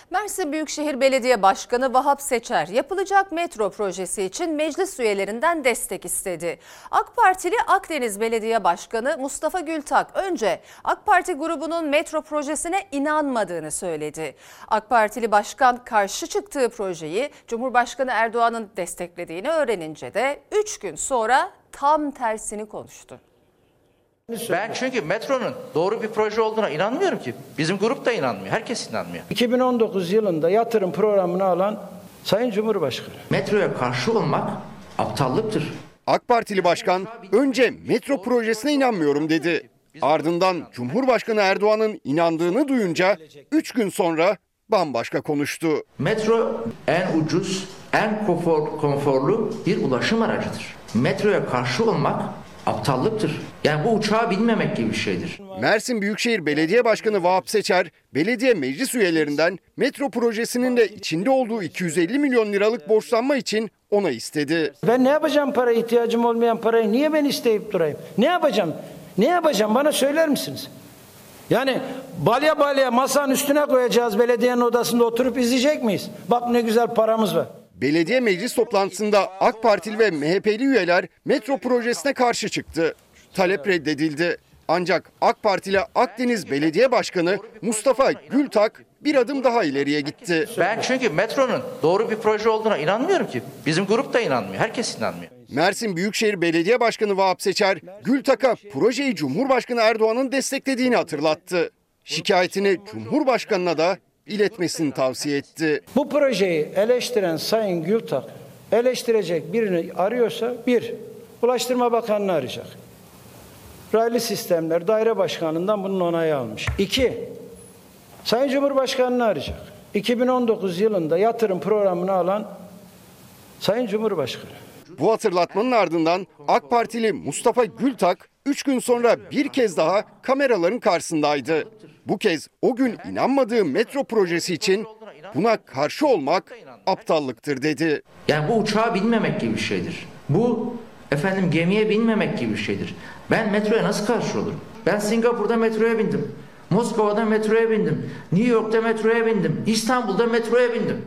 Mersin Büyükşehir Belediye Başkanı Vahap Seçer yapılacak metro projesi için meclis üyelerinden destek istedi. AK Partili Akdeniz Belediye Başkanı Mustafa Gültak önce AK Parti grubunun metro projesine inanmadığını söyledi. AK Partili başkan karşı çıktığı projeyi Cumhurbaşkanı Erdoğan'ın desteklediğini öğrenince de 3 gün sonra tam tersini konuştu. Ben çünkü metronun doğru bir proje olduğuna inanmıyorum ki. Bizim grup da inanmıyor. Herkes inanmıyor. 2019 yılında yatırım programını alan Sayın Cumhurbaşkanı. Metroya karşı olmak aptallıktır. AK Partili başkan önce metro projesine inanmıyorum dedi. Ardından Cumhurbaşkanı Erdoğan'ın inandığını duyunca 3 gün sonra bambaşka konuştu. Metro en ucuz, en konforlu bir ulaşım aracıdır. Metroya karşı olmak aptallıktır. Yani bu uçağa binmemek gibi bir şeydir. Mersin Büyükşehir Belediye Başkanı Vahap Seçer, belediye meclis üyelerinden metro projesinin de içinde olduğu 250 milyon liralık borçlanma için onay istedi. Ben ne yapacağım paraya, ihtiyacım olmayan parayı niye ben isteyip durayım? Ne yapacağım? Ne yapacağım bana söyler misiniz? Yani balya balya masanın üstüne koyacağız, belediyenin odasında oturup izleyecek miyiz? Bak ne güzel paramız var. Belediye meclis toplantısında AK Partili ve MHP'li üyeler metro projesine karşı çıktı. Talep reddedildi. Ancak AK Partili Akdeniz Belediye Başkanı Mustafa Gültak bir adım daha ileriye gitti. Ben çünkü metronun doğru bir proje olduğuna inanmıyorum ki. Bizim grup da inanmıyor. Herkes inanmıyor. Mersin Büyükşehir Belediye Başkanı Vahap Seçer, Gültak'a projeyi Cumhurbaşkanı Erdoğan'ın desteklediğini hatırlattı. Şikayetini Cumhurbaşkanı'na da iletmesini tavsiye etti. Bu projeyi eleştiren Sayın Gültak eleştirecek birini arıyorsa Ulaştırma Bakanı'nı arayacak. Raylı Sistemler Daire Başkanı'ndan bunun onayı almış. 2. Sayın Cumhurbaşkanı'nı arayacak. 2019 yılında yatırım programını alan Sayın Cumhurbaşkanı. Bu hatırlatmanın ardından AK Partili Mustafa Gültak 3 gün sonra bir kez daha kameraların karşısındaydı. Bu kez o gün inanmadığı metro projesi için buna karşı olmak aptallıktır dedi. Yani bu uçağa binmemek gibi bir şeydir. Bu gemiye binmemek gibi bir şeydir. Ben metroya nasıl karşı olurum? Ben Singapur'da metroya bindim. Moskova'da metroya bindim. New York'ta metroya bindim. İstanbul'da metroya bindim.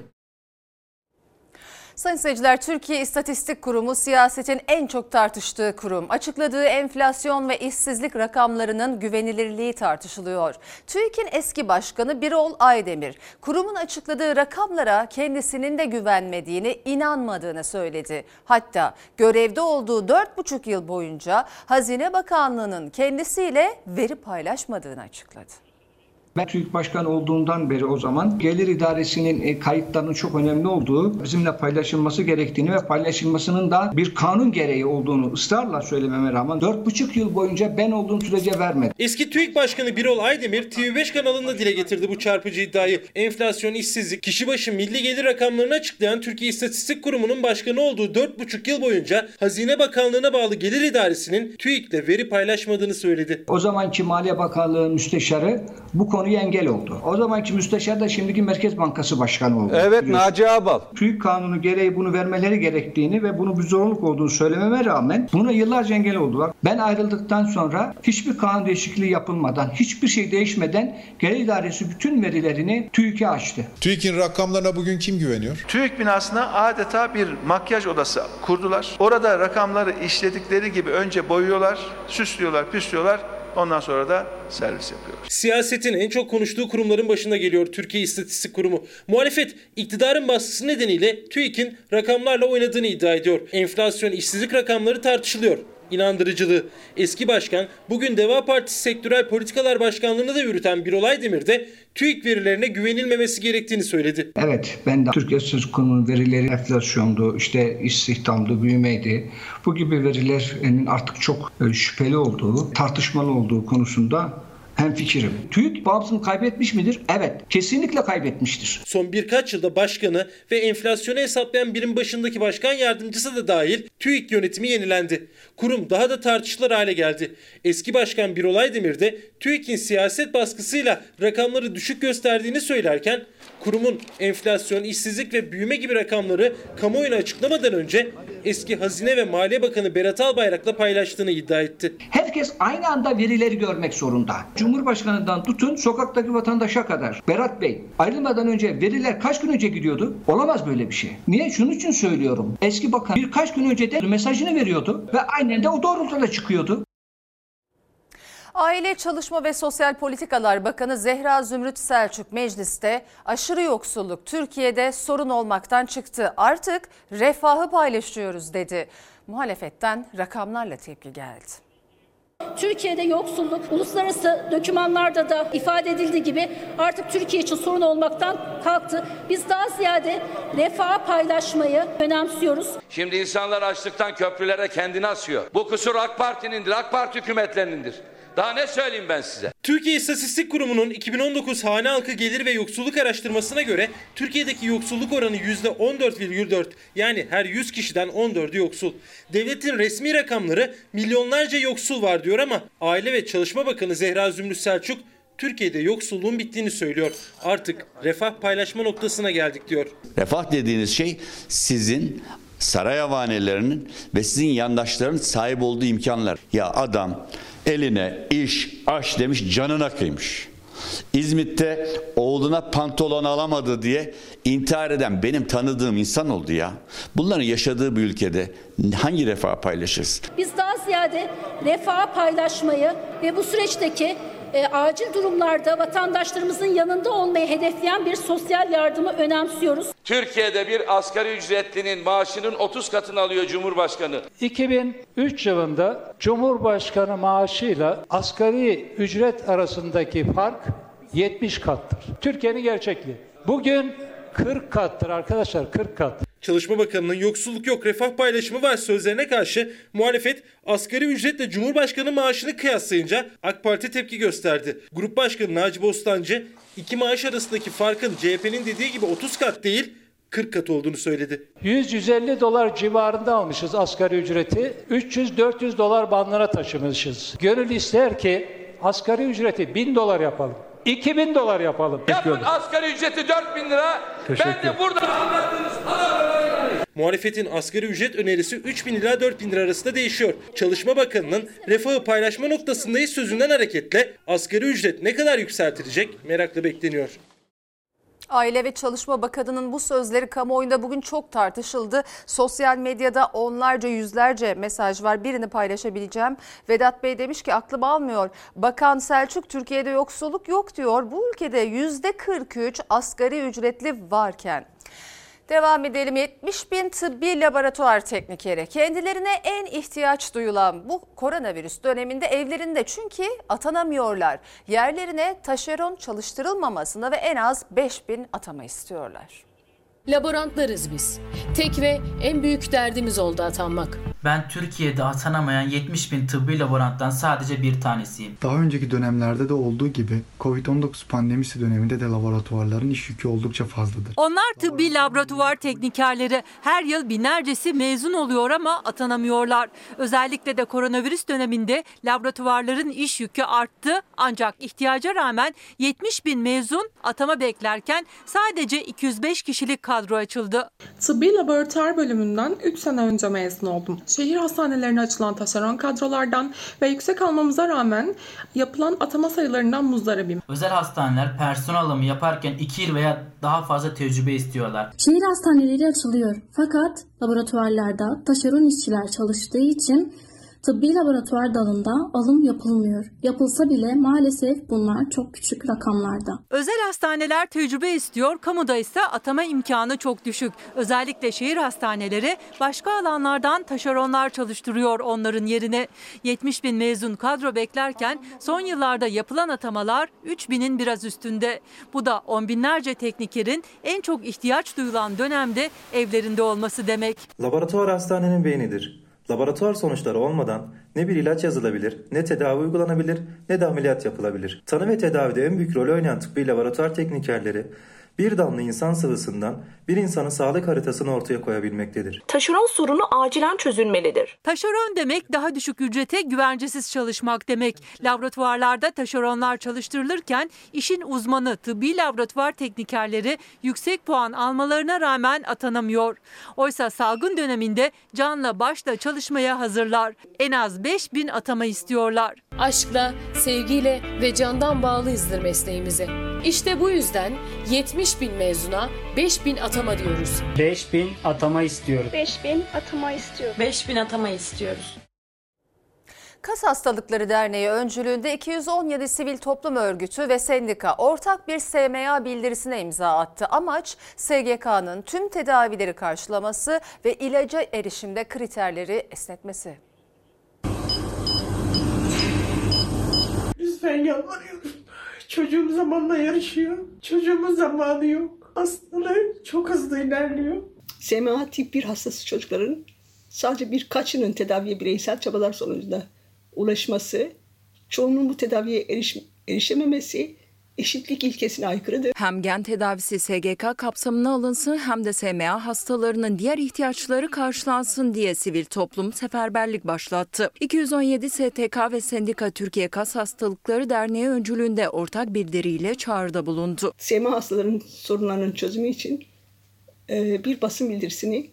Sayın seyirciler, Türkiye İstatistik Kurumu siyasetin en çok tartıştığı kurum. Açıkladığı enflasyon ve işsizlik rakamlarının güvenilirliği tartışılıyor. TÜİK'in eski başkanı Birol Aydemir, kurumun açıkladığı rakamlara kendisinin de güvenmediğini, inanmadığını söyledi. Hatta görevde olduğu 4,5 yıl boyunca Hazine Bakanlığı'nın kendisiyle veri paylaşmadığını açıkladı. Ben TÜİK Başkanı olduğundan beri o zaman Gelir İdaresi'nin kayıtlarının çok önemli olduğu, bizimle paylaşılması gerektiğini ve paylaşılmasının da bir kanun gereği olduğunu ısrarla söylememe rağmen 4,5 yıl boyunca ben olduğum sürece vermedi. Eski TÜİK Başkanı Birol Aydemir TV5 kanalında dile getirdi bu çarpıcı iddiayı. Enflasyon, işsizlik, kişi başı milli gelir rakamlarını açıklayan Türkiye İstatistik Kurumu'nun başkanı olduğu 4,5 yıl boyunca Hazine Bakanlığı'na bağlı Gelir İdaresi'nin TÜİK'le veri paylaşmadığını söyledi. O zamanki Maliye Bakanlığı müsteşarı bu konuya engel oldu. O zamanki müsteşar da şimdiki Merkez Bankası Başkanı oldu. Evet, Naci Ağbal. TÜİK kanunu gereği bunu vermeleri gerektiğini ve bunun bir zorunluluk olduğunu söylememe rağmen buna yıllarca engel oldular. Ben ayrıldıktan sonra hiçbir kanun değişikliği yapılmadan, hiçbir şey değişmeden Gelir İdaresi bütün verilerini TÜİK'e açtı. TÜİK'in rakamlarına bugün kim güveniyor? TÜİK binasına adeta bir makyaj odası kurdular. Orada rakamları işledikleri gibi önce boyuyorlar, süslüyorlar, püslüyorlar. Ondan sonra da servis yapıyorlar. Siyasetin en çok konuştuğu kurumların başında geliyor Türkiye İstatistik Kurumu. Muhalefet iktidarın baskısı nedeniyle TÜİK'in rakamlarla oynadığını iddia ediyor. Enflasyon, işsizlik rakamları tartışılıyor. İnandırıcılığı. Eski başkan, bugün Deva Partisi Sektörel Politikalar Başkanlığı'nı da yürüten Birol Aydemir de TÜİK verilerine güvenilmemesi gerektiğini söyledi. Evet, ben de Türkiye İstatistik Kurumu'nun verileri enflasyondu, istihdamdı, büyümeydi. Bu gibi verilerin artık çok şüpheli olduğu, tartışmalı olduğu konusunda hemfikirim. TÜİK bağımsızlığını kaybetmiş midir? Evet, kesinlikle kaybetmiştir. Son birkaç yılda başkanı ve enflasyonu hesaplayan birim başındaki başkan yardımcısı da dahil TÜİK yönetimi yenilendi. Kurum daha da tartışılır hale geldi. Eski başkan Birol Aydemir de TÜİK'in siyaset baskısıyla rakamları düşük gösterdiğini söylerken kurumun enflasyon, işsizlik ve büyüme gibi rakamları kamuoyuna açıklamadan önce eski Hazine ve Maliye Bakanı Berat Albayrak'la paylaştığını iddia etti. Herkes aynı anda verileri görmek zorunda. Cumhurbaşkanından tutun sokaktaki vatandaşa kadar. Berat Bey, ayrılmadan önce veriler kaç gün önce gidiyordu? Olamaz böyle bir şey. Niye? Şunun için söylüyorum. Eski bakan birkaç gün önce de mesajını veriyordu ve aynen de o doğrultuda çıkıyordu. Aile, Çalışma ve Sosyal Politikalar Bakanı Zehra Zümrüt Selçuk mecliste aşırı yoksulluk Türkiye'de sorun olmaktan çıktı. Artık refahı paylaşıyoruz dedi. Muhalefetten rakamlarla tepki geldi. Türkiye'de yoksulluk uluslararası dokümanlarda da ifade edildiği gibi artık Türkiye için sorun olmaktan kalktı. Biz daha ziyade refah paylaşmayı önemsiyoruz. Şimdi insanlar açlıktan köprülere kendini asıyor. Bu kusur AK Parti'nindir, AK Parti hükümetlerindir. Daha ne söyleyeyim ben size? Türkiye İstatistik Kurumu'nun 2019 hane halkı gelir ve yoksulluk araştırmasına göre Türkiye'deki yoksulluk oranı %14,4, yani her 100 kişiden 14'ü yoksul. Devletin resmi rakamları milyonlarca yoksul var diyor ama Aile ve Çalışma Bakanı Zehra Zümrüt Selçuk Türkiye'de yoksulluğun bittiğini söylüyor. Artık refah paylaşma noktasına geldik diyor. Refah dediğiniz şey sizin saray havanelerinin ve sizin yandaşların sahip olduğu imkanlar. Ya adam eline iş, aş demiş, canına kıymış. İzmit'te oğluna pantolon alamadı diye intihar eden benim tanıdığım insan oldu ya. Bunların yaşadığı bir ülkede hangi refah paylaşırız? Biz daha ziyade refah paylaşmayı ve bu süreçteki acil durumlarda vatandaşlarımızın yanında olmayı hedefleyen bir sosyal yardımı önemsiyoruz. Türkiye'de bir asgari ücretlinin maaşının 30 katını alıyor Cumhurbaşkanı. 2003 yılında Cumhurbaşkanı maaşıyla asgari ücret arasındaki fark 70 kattır. Türkiye'nin gerçekliği. Bugün 40 kattır arkadaşlar, 40 kat. Çalışma Bakanı'nın yoksulluk yok refah paylaşımı var sözlerine karşı muhalefet asgari ücretle Cumhurbaşkanı maaşını kıyaslayınca AK Parti tepki gösterdi. Grup Başkanı Naci Bostancı iki maaş arasındaki farkın CHP'nin dediği gibi 30 kat değil 40 kat olduğunu söyledi. 100-150 dolar civarında almışız asgari ücreti, 300-400 dolar bandına taşımışız. Gönül ister ki asgari ücreti 1000 dolar yapalım. 2000 dolar yapalım. Yapın asgari ücreti 4000 lira. Ben de burada anlattığınız Muhalefetin asgari ücret önerisi 3000 ila 4000 lira arasında değişiyor. Çalışma Bakanı'nın refahı paylaşma noktasındayız sözünden hareketle asgari ücret ne kadar yükseltilecek merakla bekleniyor. Aile ve Çalışma Bakanı'nın bu sözleri kamuoyunda bugün çok tartışıldı. Sosyal medyada onlarca yüzlerce mesaj var. Birini paylaşabileceğim. Vedat Bey demiş ki aklım almıyor. Bakan Selçuk Türkiye'de yoksulluk yok diyor. Bu ülkede %43 asgari ücretli varken. Devam edelim. 70.000 tıbbi laboratuvar teknikeri kendilerine en ihtiyaç duyulan bu koronavirüs döneminde evlerinde çünkü atanamıyorlar. Yerlerine taşeron çalıştırılmamasını ve en az 5.000 atama istiyorlar. Laborantlarız biz. Tek ve en büyük derdimiz oldu atanmak. Ben Türkiye'de atanamayan 70.000 tıbbi laboranttan sadece bir tanesiyim. Daha önceki dönemlerde de olduğu gibi Covid-19 pandemisi döneminde de laboratuvarların iş yükü oldukça fazladır. Onlar tıbbi laboratuvar teknikerleri. Her yıl binlercesi mezun oluyor ama atanamıyorlar. Özellikle de koronavirüs döneminde laboratuvarların iş yükü arttı. Ancak ihtiyaca rağmen 70.000 mezun atama beklerken sadece 205 kişilik kadro açıldı. Tıbbi laboratuvar bölümünden 3 sene önce mezun oldum. Şehir hastanelerine açılan taşeron kadrolardan ve yüksek almamıza rağmen yapılan atama sayılarından muzdaribim. Özel hastaneler personel alımı yaparken 2 yıl veya daha fazla tecrübe istiyorlar. Şehir hastaneleri açılıyor fakat laboratuvarlarda taşeron işçiler çalıştığı için tıbbi laboratuvar dalında alım yapılmıyor. Yapılsa bile maalesef bunlar çok küçük rakamlarda. Özel hastaneler tecrübe istiyor, kamuda ise atama imkanı çok düşük. Özellikle şehir hastaneleri başka alanlardan taşeronlar çalıştırıyor onların yerine. 70.000 mezun kadro beklerken son yıllarda yapılan atamalar 3.000'in biraz üstünde. Bu da on binlerce teknikerin en çok ihtiyaç duyulan dönemde evlerinde olması demek. Laboratuvar hastanenin beynidir. Laboratuvar sonuçları olmadan ne bir ilaç yazılabilir, ne tedavi uygulanabilir, ne de ameliyat yapılabilir. Tanı ve tedavide en büyük rol oynayan tıbbi laboratuvar teknikerleri Bir damla insan sıvısından bir insanın sağlık haritasını ortaya koyabilmektedir. Taşeron sorunu acilen çözülmelidir. Taşeron demek daha düşük ücrete güvencesiz çalışmak demek. Laboratuvarlarda taşeronlar çalıştırılırken işin uzmanı tıbbi laboratuvar teknikerleri yüksek puan almalarına rağmen atanamıyor. Oysa salgın döneminde canla başla çalışmaya hazırlar. En az 5000 atama istiyorlar. Aşkla, sevgiyle ve candan bağlıyızdır mesleğimize. İşte bu yüzden 70.000 mezuna 5.000 atama diyoruz. 5.000 atama istiyoruz. 5.000 atama istiyoruz. 5.000 atama istiyoruz. Kas Hastalıkları Derneği öncülüğünde 217 sivil toplum örgütü ve sendika ortak bir SMA bildirisine imza attı. Amaç SGK'nın tüm tedavileri karşılaması ve ilaca erişimde kriterleri esnetmesi. Lütfen yalvarıyorum. Çocuğum zamanla yarışıyor. Çocuğumun zamanı yok. Hastalığı çok hızlı ilerliyor. SMA tip 1 hastası çocukların sadece birkaçının tedaviye bireysel çabalar sonucunda ulaşması, çoğunun bu tedaviye erişememesi eşitlik ilkesine aykırıdır. Hem gen tedavisi SGK kapsamına alınsın hem de SMA hastalarının diğer ihtiyaçları karşılansın diye sivil toplum seferberlik başlattı. 217 STK ve Sendika Türkiye Kas Hastalıkları Derneği öncülüğünde ortak bildiriyle çağrıda bulundu. SMA hastalarının sorunlarının çözümü için bir basın bildirisini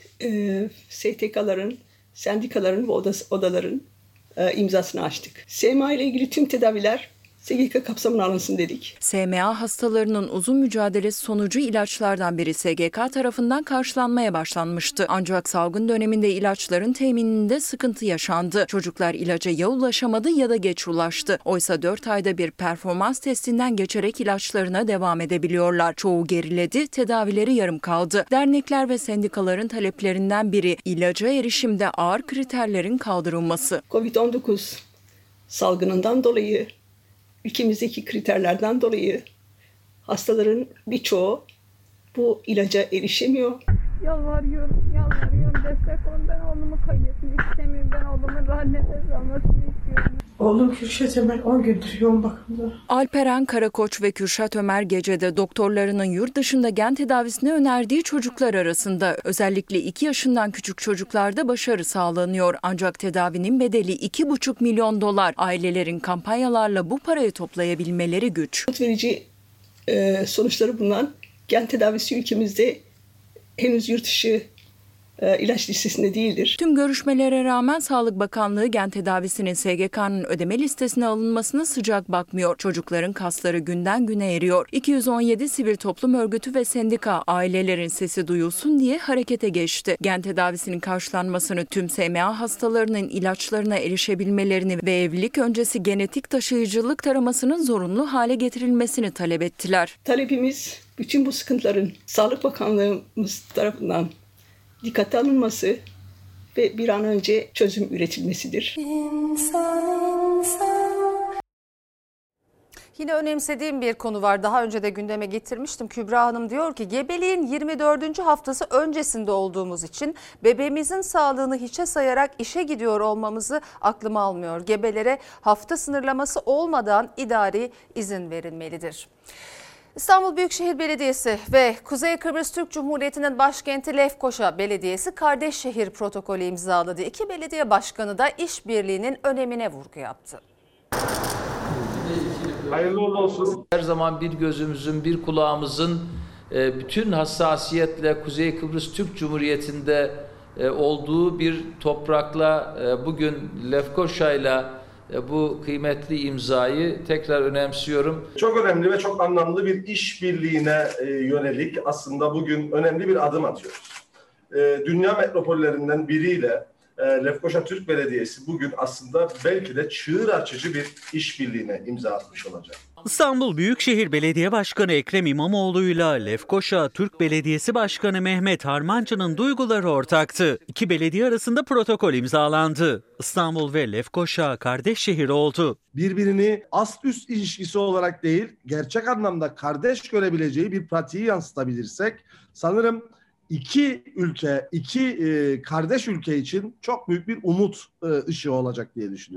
STK'ların, sendikaların ve odaların imzasını açtık. SMA ile ilgili tüm tedaviler SGK kapsamına alınsın dedik. SMA hastalarının uzun mücadelesi sonucu ilaçlardan biri SGK tarafından karşılanmaya başlanmıştı. Ancak salgın döneminde ilaçların temininde sıkıntı yaşandı. Çocuklar ilaca ya ulaşamadı ya da geç ulaştı. Oysa 4 ayda bir performans testinden geçerek ilaçlarına devam edebiliyorlar. Çoğu geriledi, tedavileri yarım kaldı. Dernekler ve sendikaların taleplerinden biri ilaca erişimde ağır kriterlerin kaldırılması. Covid-19 salgınından dolayı ülkemizdeki kriterlerden dolayı hastaların birçoğu bu ilaca erişemiyor. Yalvarıyorum. Destek olun. Ben oğlumu kaybetmek istemiyorum. Ben oğlumun rahat nefes almasını istiyorum. Oğlum Kürşat Ömer 10 gündür yoğun bakımda. Alperen Karakoç ve Kürşat Ömer gecede doktorlarının yurt dışında gen tedavisini önerdiği çocuklar arasında. Özellikle 2 yaşından küçük çocuklarda başarı sağlanıyor. Ancak tedavinin bedeli $2,5 milyon. Ailelerin kampanyalarla bu parayı toplayabilmeleri güç. Umut verici sonuçları bulunan gen tedavisi ülkemizde henüz yurt dışı ilaç listesinde değildir. Tüm görüşmelere rağmen Sağlık Bakanlığı gen tedavisinin SGK'nın ödeme listesine alınmasına sıcak bakmıyor. Çocukların kasları günden güne eriyor. 217 sivil toplum örgütü ve sendika ailelerin sesi duyulsun diye harekete geçti. Gen tedavisinin karşılanmasını, tüm SMA hastalarının ilaçlarına erişebilmelerini ve evlilik öncesi genetik taşıyıcılık taramasının zorunlu hale getirilmesini talep ettiler. Talebimiz bütün bu sıkıntıların Sağlık Bakanlığımız tarafından dikkate alınması ve bir an önce çözüm üretilmesidir. Yine önemsediğim bir konu var. Daha önce de gündeme getirmiştim. Kübra Hanım diyor ki gebeliğin 24. haftası öncesinde olduğumuz için bebeğimizin sağlığını hiçe sayarak işe gidiyor olmamızı aklıma almıyor. Gebelere hafta sınırlaması olmadan idari izin verilmelidir. İstanbul Büyükşehir Belediyesi ve Kuzey Kıbrıs Türk Cumhuriyeti'nin başkenti Lefkoşa Belediyesi kardeş şehir protokolü imzaladı. İki belediye başkanı da işbirliğinin önemine vurgu yaptı. Hayırlı olsun. Her zaman bir gözümüzün, bir kulağımızın bütün hassasiyetle Kuzey Kıbrıs Türk Cumhuriyeti'nde olduğu bir toprakla bugün Lefkoşa'yla bu kıymetli imzayı tekrar önemsiyorum. Çok önemli ve çok anlamlı bir işbirliğine yönelik aslında bugün önemli bir adım atıyoruz. Dünya metropollerinden biriyle Lefkoşa Türk Belediyesi bugün aslında belki de çığır açıcı bir işbirliğine imza atmış olacak. İstanbul Büyükşehir Belediye Başkanı Ekrem İmamoğlu'yla Lefkoşa Türk Belediyesi Başkanı Mehmet Harmancı'nın duyguları ortaktı. İki belediye arasında protokol imzalandı. İstanbul ve Lefkoşa kardeş şehir oldu. Birbirini ast üst ilişkisi olarak değil, gerçek anlamda kardeş görebileceği bir pratiği yansıtabilirsek sanırım iki ülke, iki kardeş ülke için çok büyük bir umut ışığı olacak diye düşünüyorum.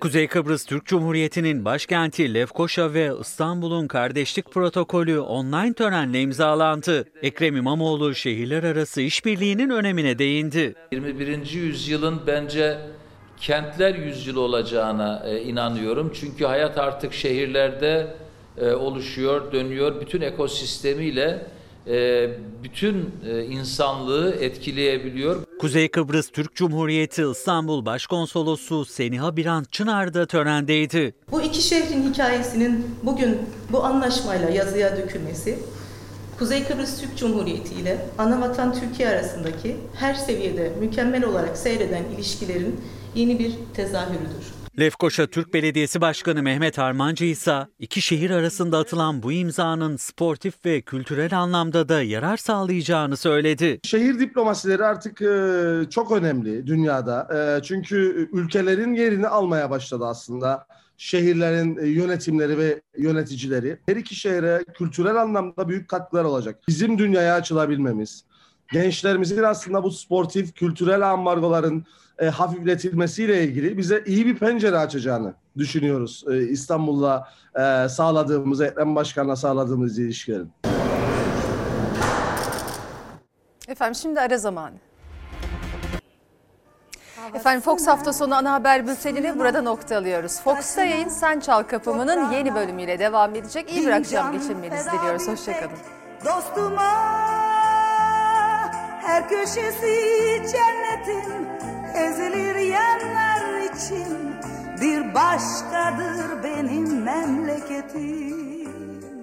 Kuzey Kıbrıs Türk Cumhuriyeti'nin başkenti Lefkoşa ve İstanbul'un kardeşlik protokolü online törenle imzalandı. Ekrem İmamoğlu şehirler arası işbirliğinin önemine değindi. 21. yüzyılın bence kentler yüzyılı olacağına inanıyorum. Çünkü hayat artık şehirlerde oluşuyor, dönüyor. Bütün ekosistemiyle bütün insanlığı etkileyebiliyor. Kuzey Kıbrıs Türk Cumhuriyeti İstanbul Başkonsolosu Seniha Birant Çınar da törendeydi. Bu iki şehrin hikayesinin bugün bu anlaşmayla yazıya dökülmesi, Kuzey Kıbrıs Türk Cumhuriyeti ile Anavatan Türkiye arasındaki her seviyede mükemmel olarak seyreden ilişkilerin yeni bir tezahürüdür. Lefkoşa Türk Belediyesi Başkanı Mehmet Harmancı ise iki şehir arasında atılan bu imzanın sportif ve kültürel anlamda da yarar sağlayacağını söyledi. Şehir diplomasileri artık çok önemli dünyada. Çünkü ülkelerin yerini almaya başladı aslında. Şehirlerin yönetimleri ve yöneticileri. Her iki şehre kültürel anlamda büyük katkılar olacak. Bizim dünyaya açılabilmemiz, gençlerimizin aslında bu sportif, kültürel ambargoların hafifletilmesiyle ilgili bize iyi bir pencere açacağını düşünüyoruz. İstanbul'la sağladığımız, Ekrem Başkan'la sağladığımız ilişkilerin. Efendim şimdi ara zamanı. Efendim Fox hafta sonu ana haber bültenini burada noktalıyoruz. Fox'ta yayın Sen Çal Kapımı'nın yeni bölümüyle devam edecek. İyi bir akşam geçirmenizi diliyoruz. Hoşçakalın. Dostuma her köşesi cennetin ezilir yerler için bir başkadır benim memleketim.